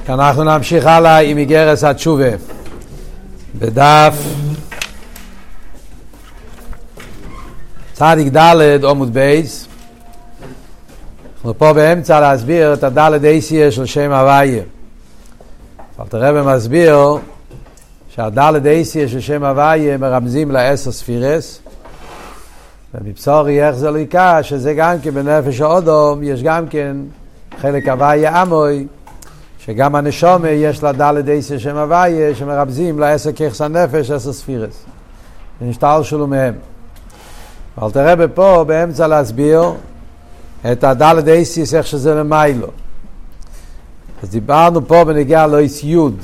אנחנו נמשיך הלאה עם איגרת התשובה בדף צדיק ד' עמוד בייס. אנחנו פה באמצע להסביר את הדלת אייסיה של שם הוויה. אלתר רבי מסביר שהדלת אייסיה של שם הוויה מרמזים לעשר ספירס, ומבשורי איך זה ליקה שזה גם כן בנפש האודום יש גם כן חלק הוויה עמוי, שגם הנשום יש לה דלת אייסיה שם הוויה שמרמזים לעשר ככס הנפש, עשר ספירס ונשתל שלו מהם. אלתר רבי פה באמצע להסביר את הדלת אייסיס איך שזה למיילו. אז דיברנו פה בנגיע לאיס יוד,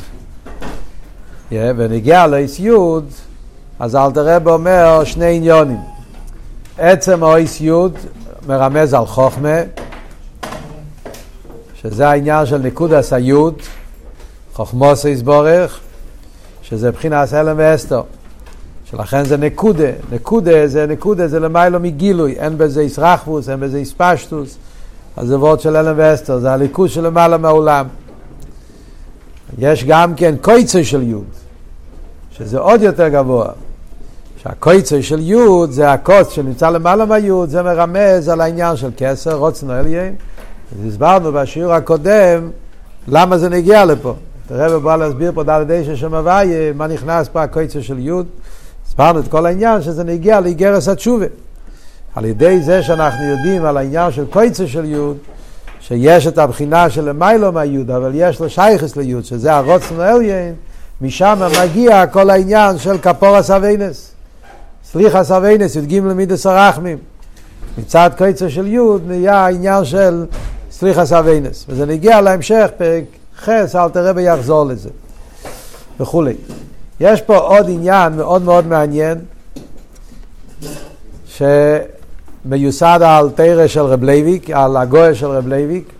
ונגיע לאיס יוד אז אלתר רבי אומר שני עניונים. עצם האיס יוד מרמז על חוכמה, שזה העניין של נקודס היוד, חוכמוס יסבורך, שזה בחינת הלם ואסתר, שלכן זה נקודה. נקודה זה למיילו מגילוי, אין בזה ישרחבוס, אין בזה יספשטוס. אז זה וורד של אלם ואסתר, זה הליכוז של למעלה מהעולם. יש גם כן קויצה של יוד, שזה עוד יותר גבוה. שהקויצה של יוד זה הקוץ שנמצא למעלה מהיוד, זה מרמז על העניין של כסר, רוצנו אליין. אז הסברנו בשיעור הקודם למה זה נגיע לפה. תראה בא להסביר פה דלת אייסיה שם הוויה, מה נכנס פה הקויצה של יוד. הסברנו את כל העניין שזה נגיע לאיגרת התשובה. על ידי זה שאנחנו יודעים על העניין של קויצה של יוד, שיש את הבחינה של למיילו מהיוד, אבל יש לו שייכס ליוד, שזה הרוצנו אליין, משם מגיע כל העניין של כפורס אביינס. סליחס אביינס, י"ג למידס הרחמים. מצד קויצה של יוד נהיה העניין של סליחס אביינס. וזה נגיע להמשך, פרק חס, אלתר רבי יחזור לזה. וכולי. יש פה עוד עניין מאוד מאוד מעניין שמיוסד על תורה של רב לייביק, על הגוי של רב לייביק,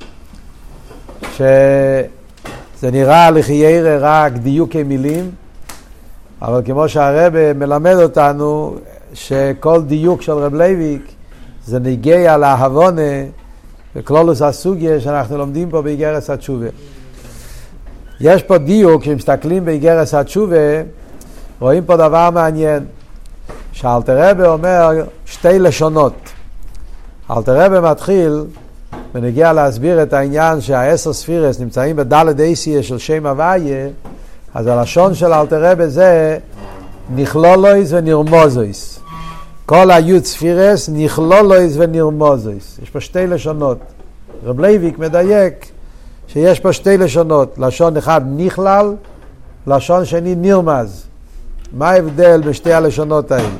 שזה נראה לחיירה רק דיוקי מילים, אבל כמו שהרב מלמד אותנו שכל דיוק של רב לייביק זה נגיע להבונה וכלולוס הסוגיה שאנחנו לומדים פה באיגרת התשובה. יש פה דיוק, כשמסתכלים באיגרת התשובה רואים פה דבר מעניין, שאלתר רבי אומר שתי לשונות. אלתר רבי מתחיל ונגיע להסביר את העניין שהעשר ספירס נמצאים בדלת אייסיה של שם הוויה, אז הלשון של אלתר רבי זה נכלולויס ונרמוזויס. כל היוד ספירס נכלולויס ונרמוזויס. יש פה שתי לשונות. רב לייביק מדייק שיש פה שתי לשונות. לשון אחד נכלל, לשון שני נרמז. מה ההבדל בשתי הלשונות האלה?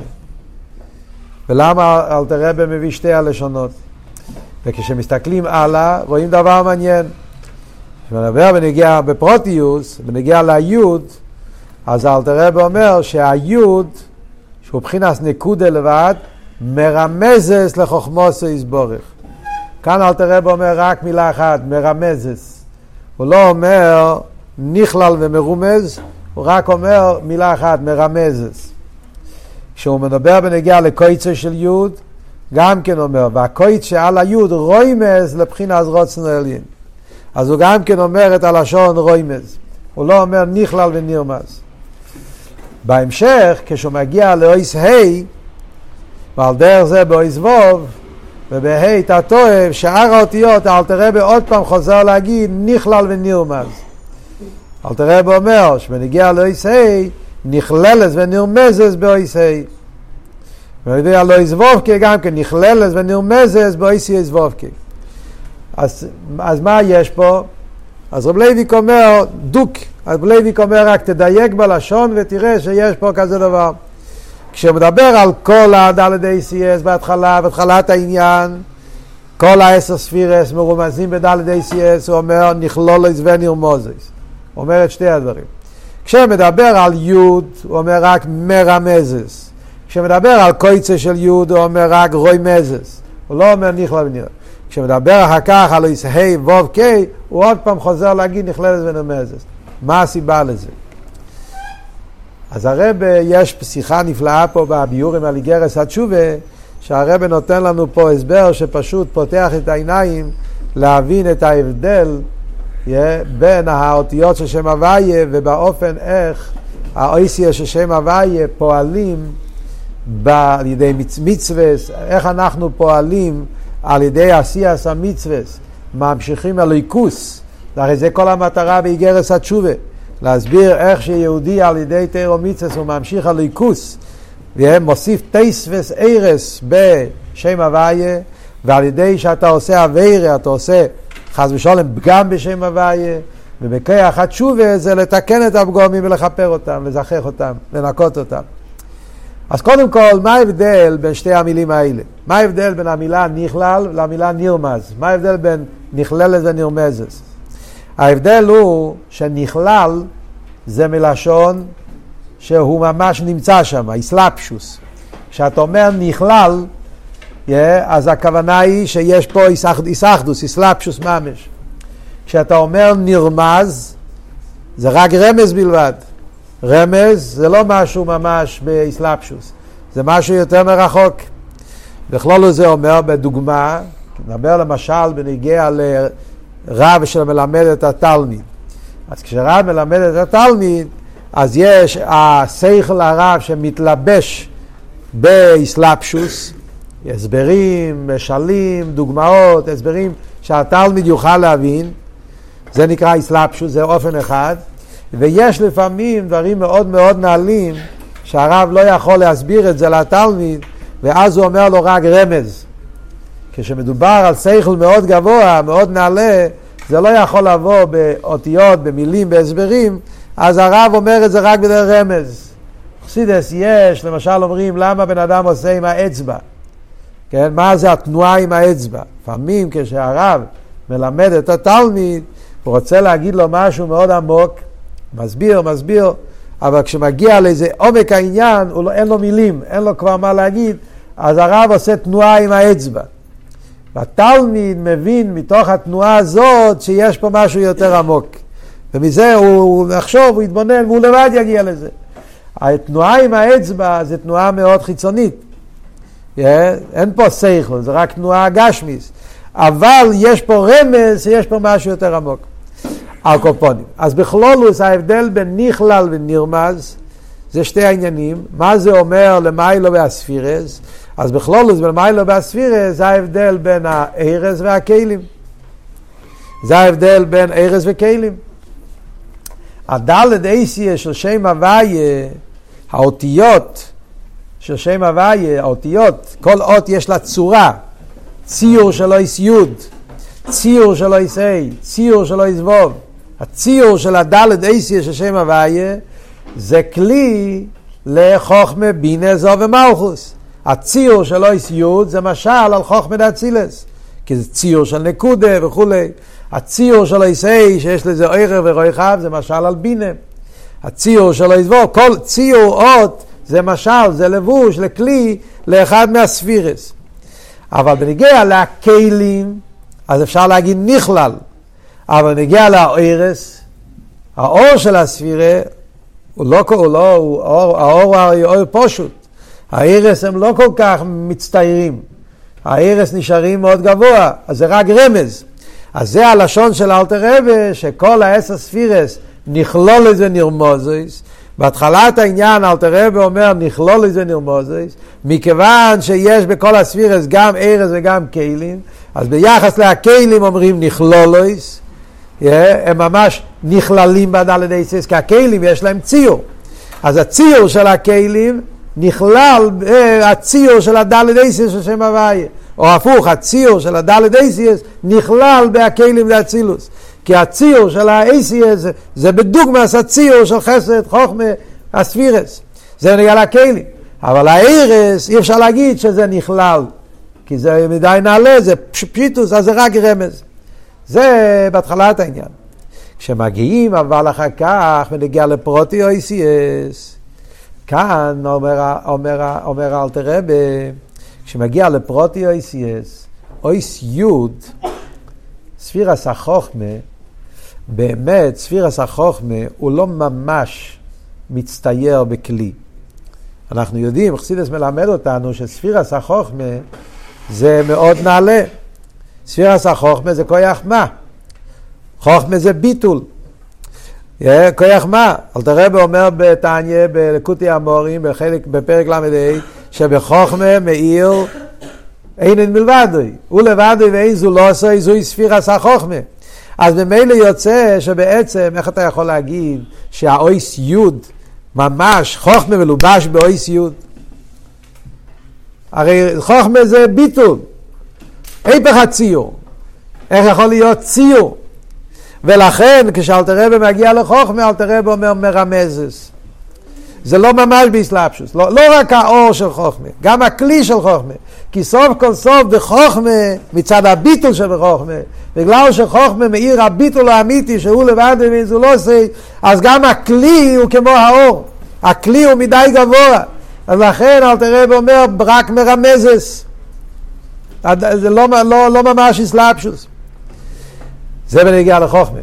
ולמה אלתר רבי מביא שתי הלשונות? וכשמסתכלים הלאה רואים דבר מעניין. כשמדבר ונגיע בפרוטיוס, ונגיע ליוד, אז אלתר רבי אומר שהיוד, שהוא בחינת נקודה לבד, מרמזס לחוכמוס יסבורך. כאן אלתר רבי אומר רק מילה אחת, מרמזס. הוא לא אומר נכלל ומרומז, הוא רק אומר מילה אחת, מרמזס. כשהוא מדבר בנגיע לקויצה של יוד, גם כן אומר, והקויצה שעל היוד רוימז לבחינת רוצנו אליין. אז הוא גם כן אומר את הלשון רוימז. הוא לא אומר נכלל ונרמז. בהמשך, כשהוא מגיע לאויס ה' ועל דרך זה באויס ווב, ובה' תתואב, שאר האותיות, אלתר רבי עוד פעם חוזר להגיד נכלל ונרמז. אלתר רבי אומר שבנגיע לאויס ה' נכללס ונרמזס באויס ה'. ובנגיע לאויס וובקי גם כן נכללס ונרמזס באויס וובקי. אז מה יש פה? אז רב לייביק אומר דוק. רב לייביק אומר רק תדייק בלשון ותראה שיש פה כזה דבר. כשמדבר על כל הדלת אייסייס בהתחלת העניין, כל העשר ספירס מרומזים בדלת אייסייס, הוא אומר נכלולויס ונרמוזויס. הוא אומר את שתי הדברים. כשמדבר על יוד, הוא אומר רק מרמזס. כשמדבר על קויצה של יוד, הוא אומר רק רוימזס. הוא לא אומר נכלל ונרמז. כשמדבר אחר כך על איס ה' ווב קי, הוא עוד פעם חוזר להגיד נכללת ונרמזת. מה הסיבה לזה? אז הרב, יש שיחה נפלאה פה בביורים על איגרת התשובה, שהרב נותן לנו פה הסבר שפשוט פותח את העיניים להבין את ההבדל בין האותיות של שם הוויה ובאופן איך האויסיה של שם הוויה פועלים על ידי מצווס, איך אנחנו פועלים על ידי עשייס המצווס, ממשיכים הליכוס. הרי זה כל המטרה באיגרס התשובה, להסביר איך שיהודי על ידי תורה ומצווס הוא ממשיך הליכוס, ומוסיף תסווס ערס בשם הוויה, ועל ידי שאתה עושה עבירה, אתה עושה חס ושלום פגם בשם הוויה, ובכוח התשובה זה לתקן את הפגמים ולכפר אותם, לזכח אותם, לנקות אותם. אז קודם כל, מה ההבדל בין שתי המילים האלה? מה ההבדל בין המילה נכלל למילה נרמז? מה ההבדל בין נכללת ונרמזת? ההבדל הוא שנכלל זה מלשון שהוא ממש נמצא שם, איסלאפשוס. כשאתה אומר נכלל, אז הכוונה היא שיש פה איסאחדוס, איסלאפשוס ממש. כשאתה אומר נרמז, זה רק רמז בלבד. רמז זה לא משהו ממש באסלאפשוס, זה משהו יותר מרחוק. בכלול זה אומר בדוגמה, נדבר למשל בנגיע לרב שמלמד את התלמיד. אז כשרב מלמד את התלמיד, אז יש השכל הרב שמתלבש באסלאפשוס, הסברים, משלים, דוגמאות, הסברים שהתלמיד יוכל להבין, זה נקרא אסלאפשוס, זה אופן אחד. ויש לפעמים דברים מאוד מאוד נעלים שהרב לא יכול להסביר את זה לתלמיד, ואז הוא אומר לו רק רמז. כשמדובר על שכל מאוד גבוה, מאוד נעלה, זה לא יכול לבוא באותיות, במילים, בהסברים, אז הרב אומר את זה רק בדרך רמז. חסידס יש, למשל אומרים, למה בן אדם עושה עם האצבע? כן? מה זה התנועה עם האצבע? לפעמים כשהרב מלמד את התלמיד, הוא רוצה להגיד לו משהו מאוד עמוק, מסביר, אבל כשמגיע לאיזה עומק העניין, אין לו מילים, אין לו כבר מה להגיד, אז הרב עושה תנועה עם האצבע. והתלמיד מבין מתוך התנועה הזאת שיש פה משהו יותר עמוק. ומזה הוא נחשוב, הוא יתבונן, והוא לבד יגיע לזה. התנועה עם האצבע זה תנועה מאוד חיצונית. אין פה שכל, זה רק תנועה גשמיס. אבל יש פה רמז, יש פה משהו יותר עמוק. הקופונים. אז בכלולוס ההבדל בין נכלל ונרמז זה שתי העניינים. מה זה אומר למיילו והספירס? אז בכלולוס בין מיילו והספירס זה ההבדל בין הארז והכלים. זה ההבדל בין ארז וכלים. הדלת אייסיה של שם הוויה, האותיות של שם הוויה, האותיות, כל אות יש לה צורה, ציור שלו יש יוד, ציור שלו יש אי, ציור שלו יש ווב. הציור של הדלת אייסיה של שם הוויה זה כלי לחוכמה בינה זו ומלכוס. הציור שלו יש יוד זה משל על חוכמה דאצילס, כי זה ציור של נקודה וכו'. הציור שלו יש אי שיש לזה ערך ורויחב זה משל על בינה. הציור שלו יש ווב, כל ציור אות זה משל, זה לבוש לכלי לאחד מהספירס. אבל בנגיע לכלים אז אפשר להגיד נכלל. אבל נגיע לאורס, האור של הספירה האור הוא פשוט. הארס הם לא כל כך מצטיירים. הארס נשארים מאוד גבוה, אז זה רק רמז. אז זה הלשון של אלתר רבי, שכל 10 ספירס נכלול את זה נרמוזוס. בהתחלת העניין אלתר רבי אומר נכלול את זה נרמוזוס, מכיוון שיש בכל הספירס גם ארס וגם כלים, אז ביחס לכלים אומרים נכלולוס, הם ממש נכללים בדלת אייסס, כי הכלים יש להם ציור. אז הציור של הכלים נכלל הציור של הדלת אייסס של שם הוויה. או הפוך, הציור של הדלת אייסס נכלל בהכלים והצילוס. כי הציור של האייסס זה בדוגמס הציור של חסד, חוכמה, הספירס. זה נגע לכלים. אבל הארס אי אפשר להגיד שזה נכלל. כי זה מדי נעלה, זה פשיטוס, אז זה רק רמז. זה בהתחלת העניין. כשמגיעים אבל אחר כך ונגיע לפרוטי אויסיאס, כאן אומר אלתר רבי, כשמגיע לפרוטי אויסיאס, אויס יוד, ספירס החוכמה, באמת ספירס החוכמה הוא לא ממש מצטייר בכלי. אנחנו יודעים, חסידס מלמד אותנו שספירס החוכמה זה מאוד נעלה. ספירס החוכמה זה כוח מה? חוכמה זה ביטול. כוח מה? אלתר רבי אומר בתניא, בליקוטי המורים, בפרק ל"ה, שבחוכמה מאיר אין מלבדוי. הוא לבדוי ואין זו לא עושה, זוהי ספירס החוכמה. אז במילא יוצא שבעצם, איך אתה יכול להגיד שהאויס יוד, ממש חוכמה מלובש באויס יוד? הרי חוכמה זה ביטול. היפך הציור. איך יכול להיות ציור? ולכן כשאלתר רבי מגיע לחוכמה, אלתר רבי אומר מרמזס. זה לא ממש באסלאפשוס. לא רק האור של חוכמה, גם הכלי של חוכמה. כי סוף כל סוף בחוכמה, מצד הביטול של בחוכמה, בגלל שחוכמה מאיר הביטול האמיתי שהוא לבד ואיזו לא עושה, אז גם הכלי הוא כמו האור. הכלי הוא מדי גבוה. אז לכן אלתר רבי אומר רק מרמזס. זה לא ממש אסלאפשוס. זה בנגיע לחוכמה.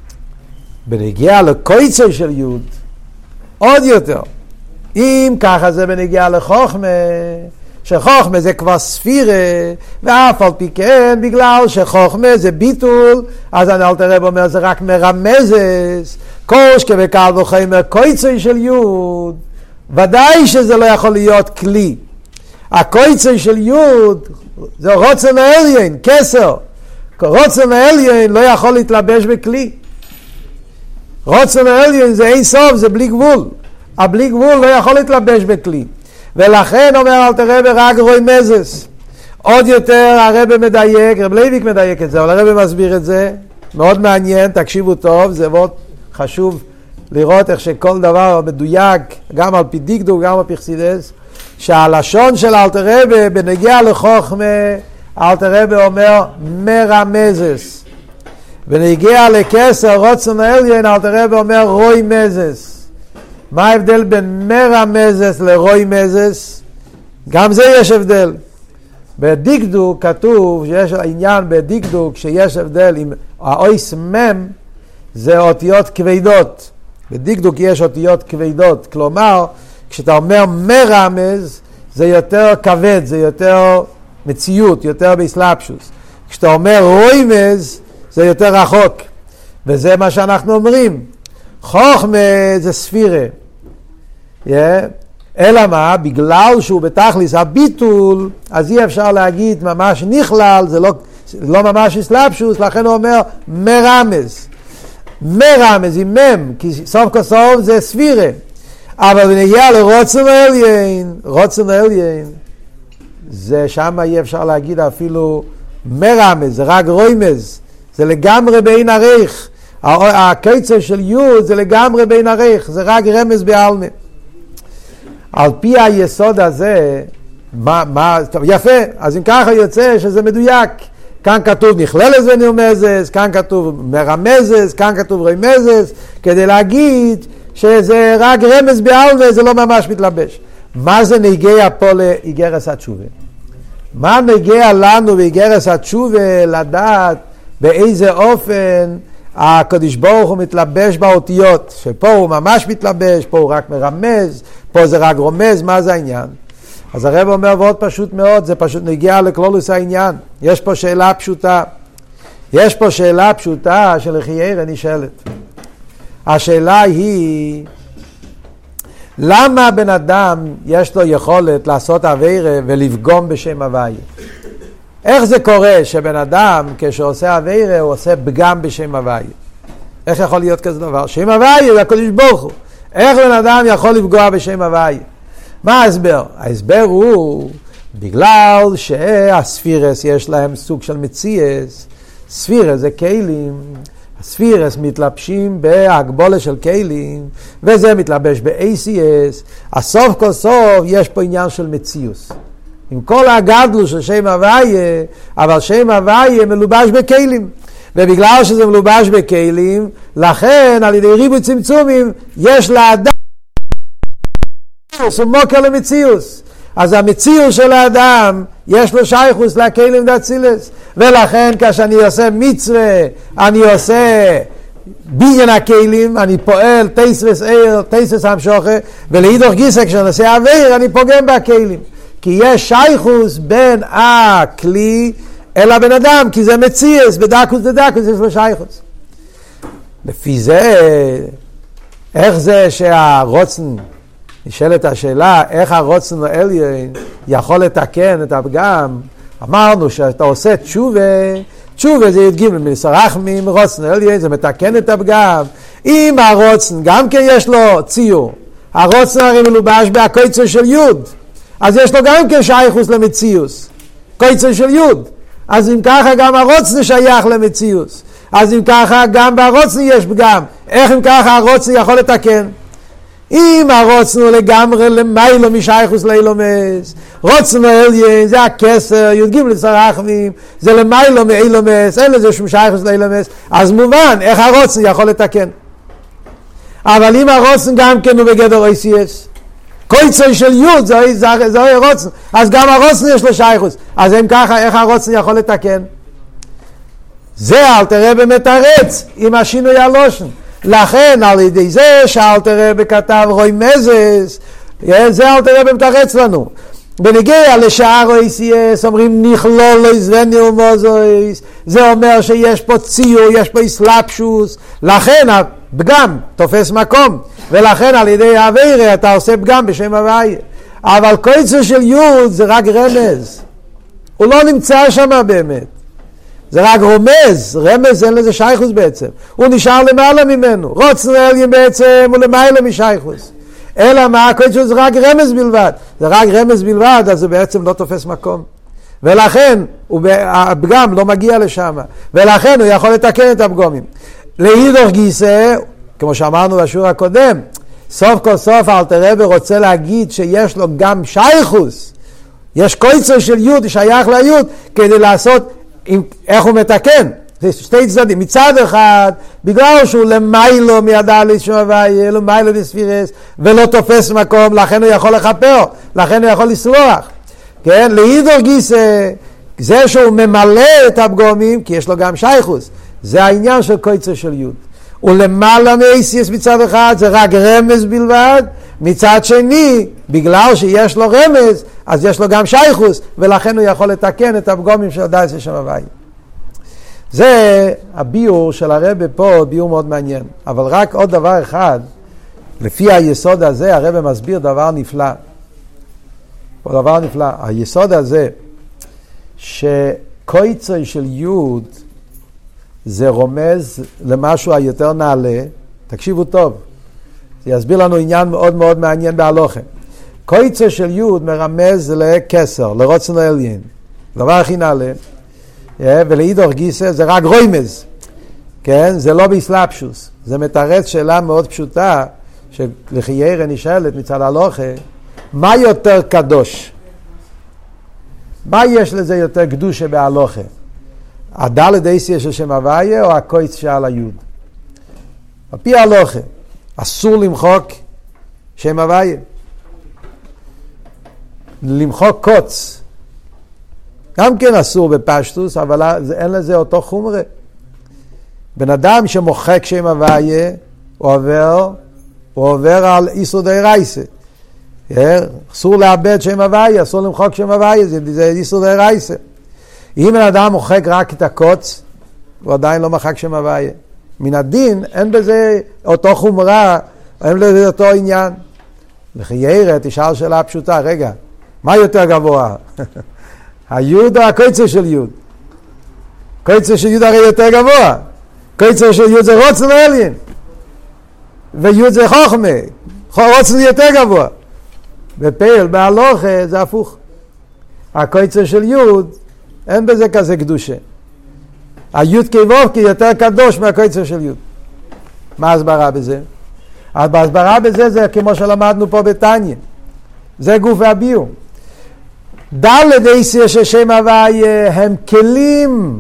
בנגיע לקויצר של יוד, עוד יותר. אם ככה זה בנגיע לחוכמה, שחוכמה זה כבר ספירה, ואף על פי כן, בגלל שחוכמה זה ביטול, אז אלתר רבי אומר זה רק מרמזס, קושקה וקל וחומר קויצר של יוד, ודאי שזה לא יכול להיות כלי. הקויצר של יוד זה רוצן העליין, כסר. רוצן העליין לא יכול להתלבש בכלי. רוצן העליין זה אין סוף, זה בלי גבול. הבלי גבול לא יכול להתלבש בכלי. ולכן אומר אלתר רבי רק רוי מזס. עוד יותר הרבי מדייק, רב לייביק מדייק את זה, אבל הרבי מסביר את זה. מאוד מעניין, תקשיבו טוב, זה מאוד חשוב לראות איך שכל דבר מדויק, גם על פי דקדוק, גם על פי חסידות, שהלשון של אלתר רבי בנגיע לחוכמה, אלתר רבי אומר מרמזס. בנגיע לכסר רוצן העליין, אלתר רבי אומר רוי מזס. מה ההבדל בין מרמזס לרוי מזס? גם זה יש הבדל. בדקדוק כתוב שיש עניין בדקדוק שיש הבדל עם האויס מם, זה אותיות כבדות. בדקדוק יש אותיות כבדות, כלומר כשאתה אומר מרמז זה יותר כבד, זה יותר מציאות, יותר באסלאפשוס. כשאתה אומר רוימז זה יותר רחוק, וזה מה שאנחנו אומרים. חוכמה זה ספירה, אלא מה? בגלל שהוא בתכליס הביטול, אז אי אפשר להגיד ממש נכלל, זה לא ממש אסלאפשוס, לכן הוא אומר מרמז. מרמז עם מם, כי סוף כל סוף זה ספירה. אבל בנגיע לרוצן העליין, רוצן העליין, זה שם אי אפשר להגיד אפילו מרמז, זה רק רוימז, זה לגמרי בין עריך. הקצר של יוד זה לגמרי בין עריך, זה רק רמז בעלמה. על פי היסוד הזה, טוב, יפה, אז אם ככה יוצא שזה מדויק. כאן כתוב נכללת ונרמזס, כאן כתוב מרמזס, כאן כתוב רמזס, כדי להגיד שזה רק רמז בעלמה, זה לא ממש מתלבש. מה זה נגיע פה לאיגרס התשובה? מה נגיע לנו באיגרס התשובה לדעת באיזה אופן הקדוש ברוך הוא מתלבש באותיות? שפה הוא ממש מתלבש, פה הוא רק מרמז, פה זה רק רומז, מה זה העניין? אז הרב אומר ועוד פשוט מאוד, זה פשוט נגיע לכלולוס העניין. יש פה שאלה פשוטה. יש פה שאלה פשוטה של חיירה נשאלת. השאלה היא, למה בן אדם יש לו יכולת לעשות עבירה ולפגום בשם הוויה? איך זה קורה שבן אדם כשעושה עבירה הוא עושה פגם בשם הוויה? איך יכול להיות כזה דבר? שם הוויה זה הקדוש ברוך הוא. איך בן אדם יכול לפגוע בשם הוויה? מה ההסבר? ההסבר הוא בגלל שהספירס יש להם סוג של מציאס. ספירס זה כלים, הספירס מתלבשים בהגבולה של כלים, וזה מתלבש ב-ACS. הסוף כל סוף יש פה עניין של מציאוס. עם כל הגדלו של שם הוויה, אבל שם הוויה מלובש בכלים. ובגלל שזה מלובש בכלים, לכן על ידי ריבוי צמצומים יש לאדם סומוקר למציאוס. אז המציאוס של האדם יש לו שייכוס לכלים דאצילס, ולכן כשאני עושה מצווה, אני עושה בניין הכלים, אני פועל תייסרס איר, תייסרס המשוכה, ולהידוך גיסא כשאני עושה עביר, אני פוגם בכלים. כי יש שייכוס בין הכלי אל הבן אדם, כי זה מציאס, בדקוס דדקוס יש לו שייכוס. לפי זה, איך זה שהרוצן, נשאלת השאלה, איך הרוצן העליון יכול לתקן את הפגם? אמרנו שאתה עושה תשובה, תשובה זה י"ג מסרחמים, רוצן העליון זה מתקן את הפגם. אם הרוצן גם כן יש לו ציור, הרוצן הרי מלובש בהקויצר של יוד, אז יש לו גם כן שייכוס למציאוס, קויצר של יוד. אז אם ככה גם הרוצן שייך למציאוס, אז אם ככה גם ברוצן יש פגם. איך אם ככה הרוצן יכול לתקן? אם הרוצן הוא לגמרי למיילו משייכוס לאילומס, רוצן העליון זה הכסר, י"ג לסרחמים, זה למיילו מאילומס, אין לזה שום שייכוס לאילומס, אז מובן איך הרוצן יכול לתקן. אבל אם הרוצן גם כן הוא בגדר אויסיאס, קויצר של יוד זה הרוצן, אז גם הרוצן יש לו שייכוס, אז אם ככה איך הרוצן יכול לתקן? זה אלתר רבי מתרץ עם השינוי הלושן. לכן על ידי זה שאלתר רבי כתב רוי מזס, זה אלתר רבי מתרץ לנו. בנגיע לשאר אויסיאס אומרים נכלול איז ונרמוזויס, זה אומר שיש פה ציור, יש פה אסלאפשוס, לכן הפגם תופס מקום, ולכן על ידי העבירה אתה עושה פגם בשם הוויה. אבל קויצר של יוד זה רק רמז, הוא לא נמצא שם באמת, זה רק רומז, רמז אין לזה שייכוס בעצם, הוא נשאר למעלה ממנו, רוצן העליון בעצם הוא למעלה משייכוס. אלא מה, הקויצר זה רק רמז בלבד, זה רק רמז בלבד, אז הוא בעצם לא תופס מקום, ולכן הפגם לא מגיע לשם, ולכן הוא יכול לתקן את הפגומים. להידור גיסא, כמו שאמרנו בשיעור הקודם, סוף כל סוף אלתר רבי רוצה להגיד שיש לו גם שייכוס, יש קויצר של יוד שייך ליוד, כדי לעשות איך הוא מתקן. שתי צדדים, מצד אחד בגלל שהוא למיילו מידע שם הוויה, למיילו בספירס, ולא תופס מקום, לכן הוא יכול לחפר, לכן הוא יכול לסלוח. כן? להידור גיסא, זה שהוא ממלא את הפגומים, כי יש לו גם שייכוס, זה העניין של קויצר של יוד. ולמעלה מאיסיאס מצד אחד זה רק רמז בלבד, מצד שני בגלל שיש לו רמז אז יש לו גם שייכוס, ולכן הוא יכול לתקן את הפגומים של דייס שם הוויה. זה הביור של הרב פה, ביור מאוד מעניין. אבל רק עוד דבר אחד, לפי היסוד הזה הרב מסביר דבר נפלא. דבר נפלא, היסוד הזה שקויצר של יוד זה רומז למשהו היותר נעלה. תקשיבו טוב, זה יסביר לנו עניין מאוד מאוד מעניין בהלוכה. קויצר של יוד מרמז לכסר, לרוצן העליון, דבר הכי נעלה, ולהידור גיסא זה רק רוימז, כן? זה לא באסלאפשוס. זה מתרץ שאלה מאוד פשוטה שלחיירה נשאלת מצד ההלוכה, מה יותר קדוש? מה יש לזה יותר קדושה בהלוכה? הדלת אייסיה של שם הוויה או הקויץ שעל היוד? על פי ההלוכה אסור למחוק שם הוויה, למחוק קוץ גם כן אסור בפשטוס, אבל אין לזה אותו חומרה. בן אדם שמוחק שם הוויה הוא עובר על איסור דאורייסה. אסור לאבד שם הוויה, אסור למחוק שם הוויה, זה איסור דאורייסה. אם בן אדם מוחק רק את הקוץ, הוא עדיין לא מחק שם הוויה. מן הדין אין בזה אותו חומרה, אין לזה אותו עניין. לחיירה תשאל שאלה פשוטה, רגע, מה יותר גבוה? היוד או הקויצר של יוד? קויצר של יוד הרי יותר גבוה. קויצר של יוד זה רוצן העליון, ויוד זה חוכמה, רוצן יותר גבוה. בפעיל בהלוכה זה הפוך. הקויצר של יוד אין בזה כזה קדושה. היוד כבוב יותר קדוש מהקויצר של יוד. מה הסברה בזה? ההסברה בזה זה כמו שלמדנו פה בתניא, זה גוף והביור. דלת אייסיה של שם הוויה הם כלים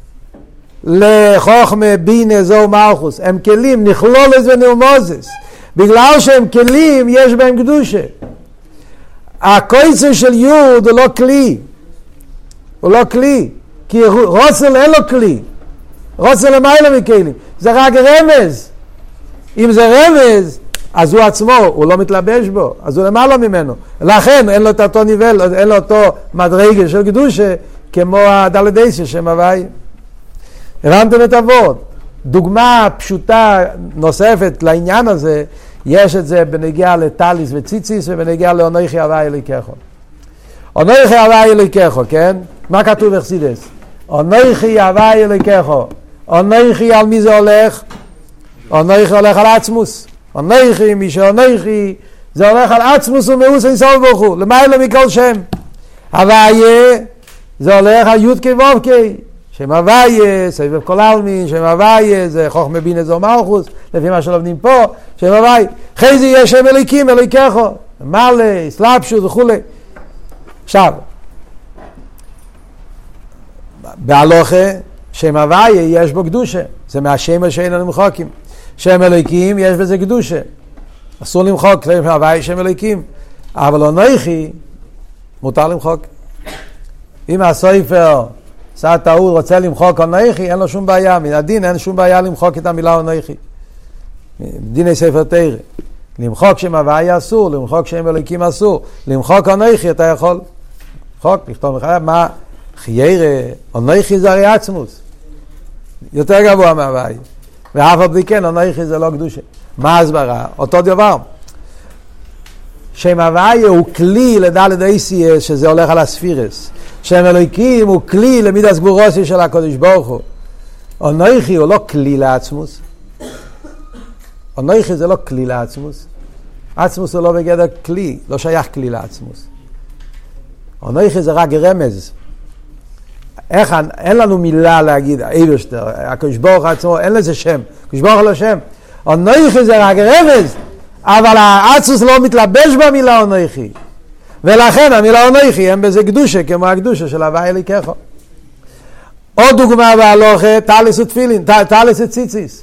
לחוכמה בינה זו מלכוס, הם כלים, נכלול את זה נרמוזס, בגלל שהם כלים יש בהם קדושה. הקויצר של יוד הוא לא כלי, הוא לא כלי, כי רוצן אין לו כלי, רוצן למעלה מכלים, זה רק רמז. אם זה רמז אז הוא עצמו, הוא לא מתלבש בו, אז הוא למעלה ממנו. לכן אין לו את אותו ניבל, אין לו אותו מדרגה של קדושה, כמו הדלת אייסיה שם הוויה. הבנתם את הוורד? דוגמה פשוטה נוספת לעניין הזה, יש את זה בנגיע לטליס וציציס ובנגיע לאנוכי הווי אלוהיכך. אנוכי הווי אלוהיכך, כן? מה כתוב בחסידות? אנוכי הווי אלוהיכך. אנוכי על מי זה הולך? אנוכי הולך על עצמוס. אנוכי, מי שאנוכי, זה הולך על עצמוס ומאוס אינסוף ברוך הוא, למעלה מכל שם. הוויה, זה הולך על י' כו' שם הוויה, סבב כל העלמין, שם הוויה, זה חוכמה בינה זו מלכוס, לפי מה שלומדים פה, שם הוויה. אחרי זה יש שם אלוהיקים, אלוהיכך, מלא, סלאפשוט וכו'. עכשיו, בהלוכה, שם הוויה יש בו קדושה, זה מהשם שאין לנו מחוקים. שם אלוהיקים יש בזה קדושה. אסור למחוק, שם הוויה שם אלוהיקים. אבל אנוכי, מותר למחוק. אם הסופר עשה טעות, רוצה למחוק אנוכי, אין לו שום בעיה. מן הדין אין שום בעיה למחוק את המילה אנוכי. דיני ספר תורה. למחוק שם הוויה אסור, למחוק שם אלוהיקים אסור. למחוק אנוכי אתה יכול. למחוק, לכתוב מחייב, מה? חיירה, אנוכי זה הרי עצמוס. יותר גבוה מהוויה. ואף על פי כן, אנוכי זה לא קדושה. מה הסברה? אותו דבר. שם הוויה הוא כלי לדלת אייסייס, שזה הולך על הספירס. שם אלוהיקים הוא כלי למידס גבורוסי של הקדוש ברוך הוא. אנוכי הוא לא כלי לעצמוס. אנוכי זה לא כלי לעצמוס. עצמוס הוא לא בגדר כלי, לא שייך כלי לעצמוס. אנוכי זה רק רמז. איך, אין לנו מילה להגיד, אייברשטר, הקדוש ברוך עצמו, אין לזה שם. הקדוש ברוך לא שם. אנוכי זה רק רמז, אבל העצמוס לא מתלבש במילה אנוכי. ולכן המילה אנוכי אין בזה קדושה, כמו הקדושה של הווי אלוהיכך. עוד דוגמה בהלוכה, טליס ותפילין, טליס וציציס.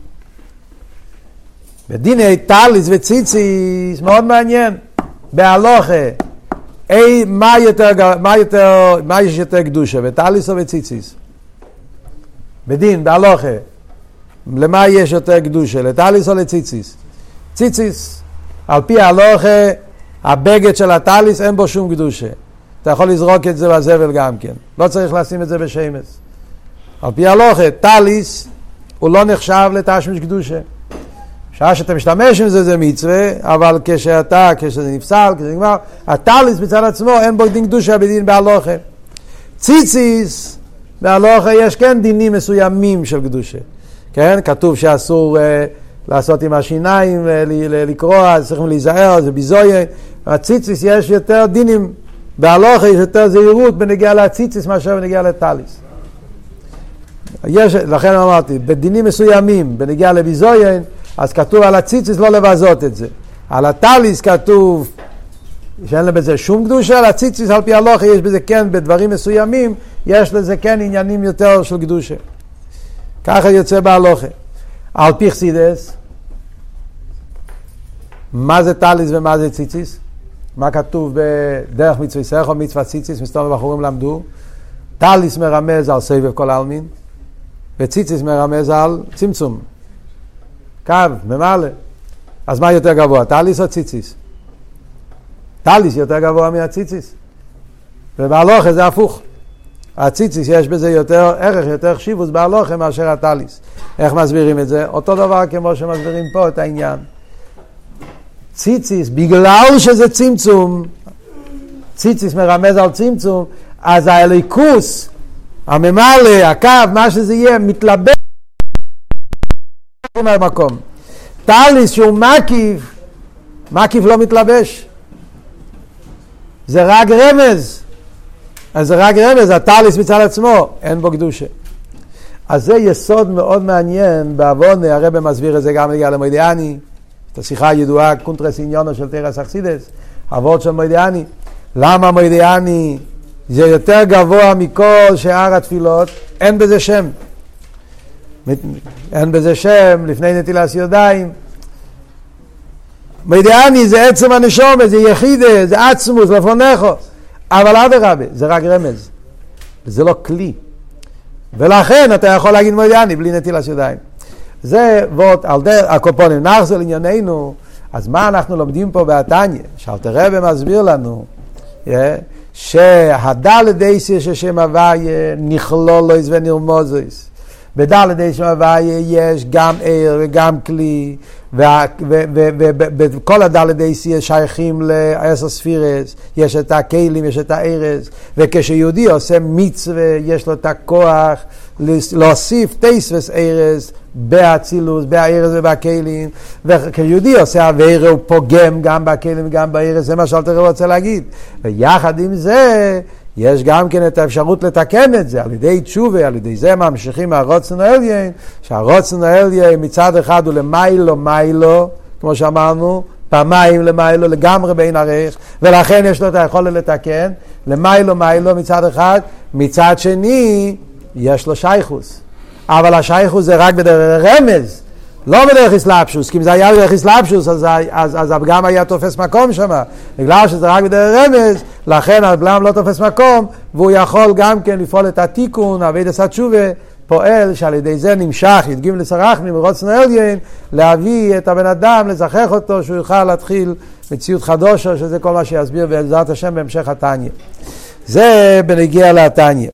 בדיני טליס וציציס, מאוד מעניין. בהלוכה, מה יש יותר קדושה, בטליס או בציציס? בדין, בהלוכה, למה יש יותר קדושה, לטליס או לציציס? ציציס, על פי ההלוכה, הבגד של הטליס אין בו שום קדושה. אתה יכול לזרוק את זה בזבל גם כן. לא צריך לשים את זה בשמש. על פי ההלוכה, טליס הוא לא נחשב לתשמיש קדושה. שעה שאתה משתמש עם זה, זה מצווה, אבל כשזה נפסל, כשזה נגמר, הטליס בצד עצמו אין בו דין קדושה בדין בהלוכה. ציציס, בהלוכה יש כן דינים מסוימים של קדושה. כן? כתוב שאסור לעשות עם השיניים, לקרוע, צריכים להיזהר, זה ביזויה. הציציס יש יותר דינים, בהלוכה יש יותר זהירות בנגיע לציציס מאשר בנגיע לטליס. לכן אמרתי, בדינים מסוימים, בנגיע לביזויה, אז כתוב על הציציס לא לבזות את זה. על הטליס כתוב שאין בזה שום קדושה, על הציציס על פי ההלוכה יש בזה כן, בדברים מסוימים, יש לזה כן עניינים יותר של קדושה. ככה יוצא בהלוכה. על פי חסידות, מה זה טליס ומה זה ציציס? מה כתוב בדרך מצווה סך או מצווה ציציס, מסתובב בחורים למדו? טליס מרמז על סבב כל העלמין, וציציס מרמז על צמצום. קו, ממלא. אז מה יותר גבוה, טליס או ציציס? טליס יותר גבוה מהציציס. ובהלוכה זה הפוך. הציציס יש בזה יותר ערך, יותר חשיבות בהלוכה מאשר הטליס. איך מסבירים את זה? אותו דבר כמו שמסבירים פה את העניין. ציציס, בגלל שזה צמצום, ציציס מרמז על צמצום, אז האליקוס, הממלא, הקו, מה שזה יהיה, מתלבש מהמקום. טליס שהוא מקיף לא מתלבש. זה רק רמז. אז זה רק רמז, הטליס מצד עצמו, אין בו קדושה. אז זה יסוד מאוד מעניין, בעוונה, הרב מסביר את זה גם לגבי מוידיאני, את השיחה הידועה, קונטרס עניונו של תרס אכסידס, אבות של מוידיאני. למה מוידיאני זה יותר גבוה מכל שאר התפילות? אין בזה שם. אין בזה שם, לפני נטילת ידיים. מוידיאני זה עצם הנשמה, זה יחידה, זה עצמוס, לפונכו. אבל אדרבה, זה רק רמז. זה לא כלי. ולכן אתה יכול להגיד מוידיאני בלי נטילת ידיים. זה וורט על דרך הקופונים. נחזור לענייננו, אז מה אנחנו לומדים פה בתניא? שאלתר רבי מסביר לנו, שהדלת אייסיה ששם הוויה נכלול לו ונרמוז. בדלת שם הוויה יש גם עיר וגם כלי, ובכל הדלת יש שייכים לעשר ספירס, יש את הכלים, יש את הערס, וכשיהודי עושה מצווה, יש לו את הכוח להוסיף תספס ערס באצילוס, בערס ובכלים, וכשיהודי עושה עבירה הוא פוגם גם בכלים וגם בערס, זה מה שאלתר רב רוצה להגיד. ויחד עם זה יש גם כן את האפשרות לתקן את זה, על ידי תשובה, על ידי זה ממשיכים מהרוצן העליין, שהרוצן העליין מצד אחד הוא למיילו, כמו שאמרנו, פעמיים למיילו, לגמרי בין ערך, ולכן יש לו את היכולת לתקן, למיילו מצד אחד, מצד שני יש לו שייכוס, אבל השייכוס זה רק בדרך רמז, לא בדרך אסלאפשוס, כי אם זה היה בדרך אסלאפשוס, אז הפגם היה תופס מקום שם. בגלל שזה רק בדרך רמז, לכן הפגם לא תופס מקום, והוא יכול גם כן לפעול את התיקון, עבודת התשובה, פועל שעל ידי זה נמשך, ידגים לסרחמים, רוצן העליין, להביא את הבן אדם, לזכח אותו, שהוא יוכל להתחיל מציאות חדושה, שזה כל מה שיסביר בעזרת השם בהמשך התניא. זה בנגיע לתניא.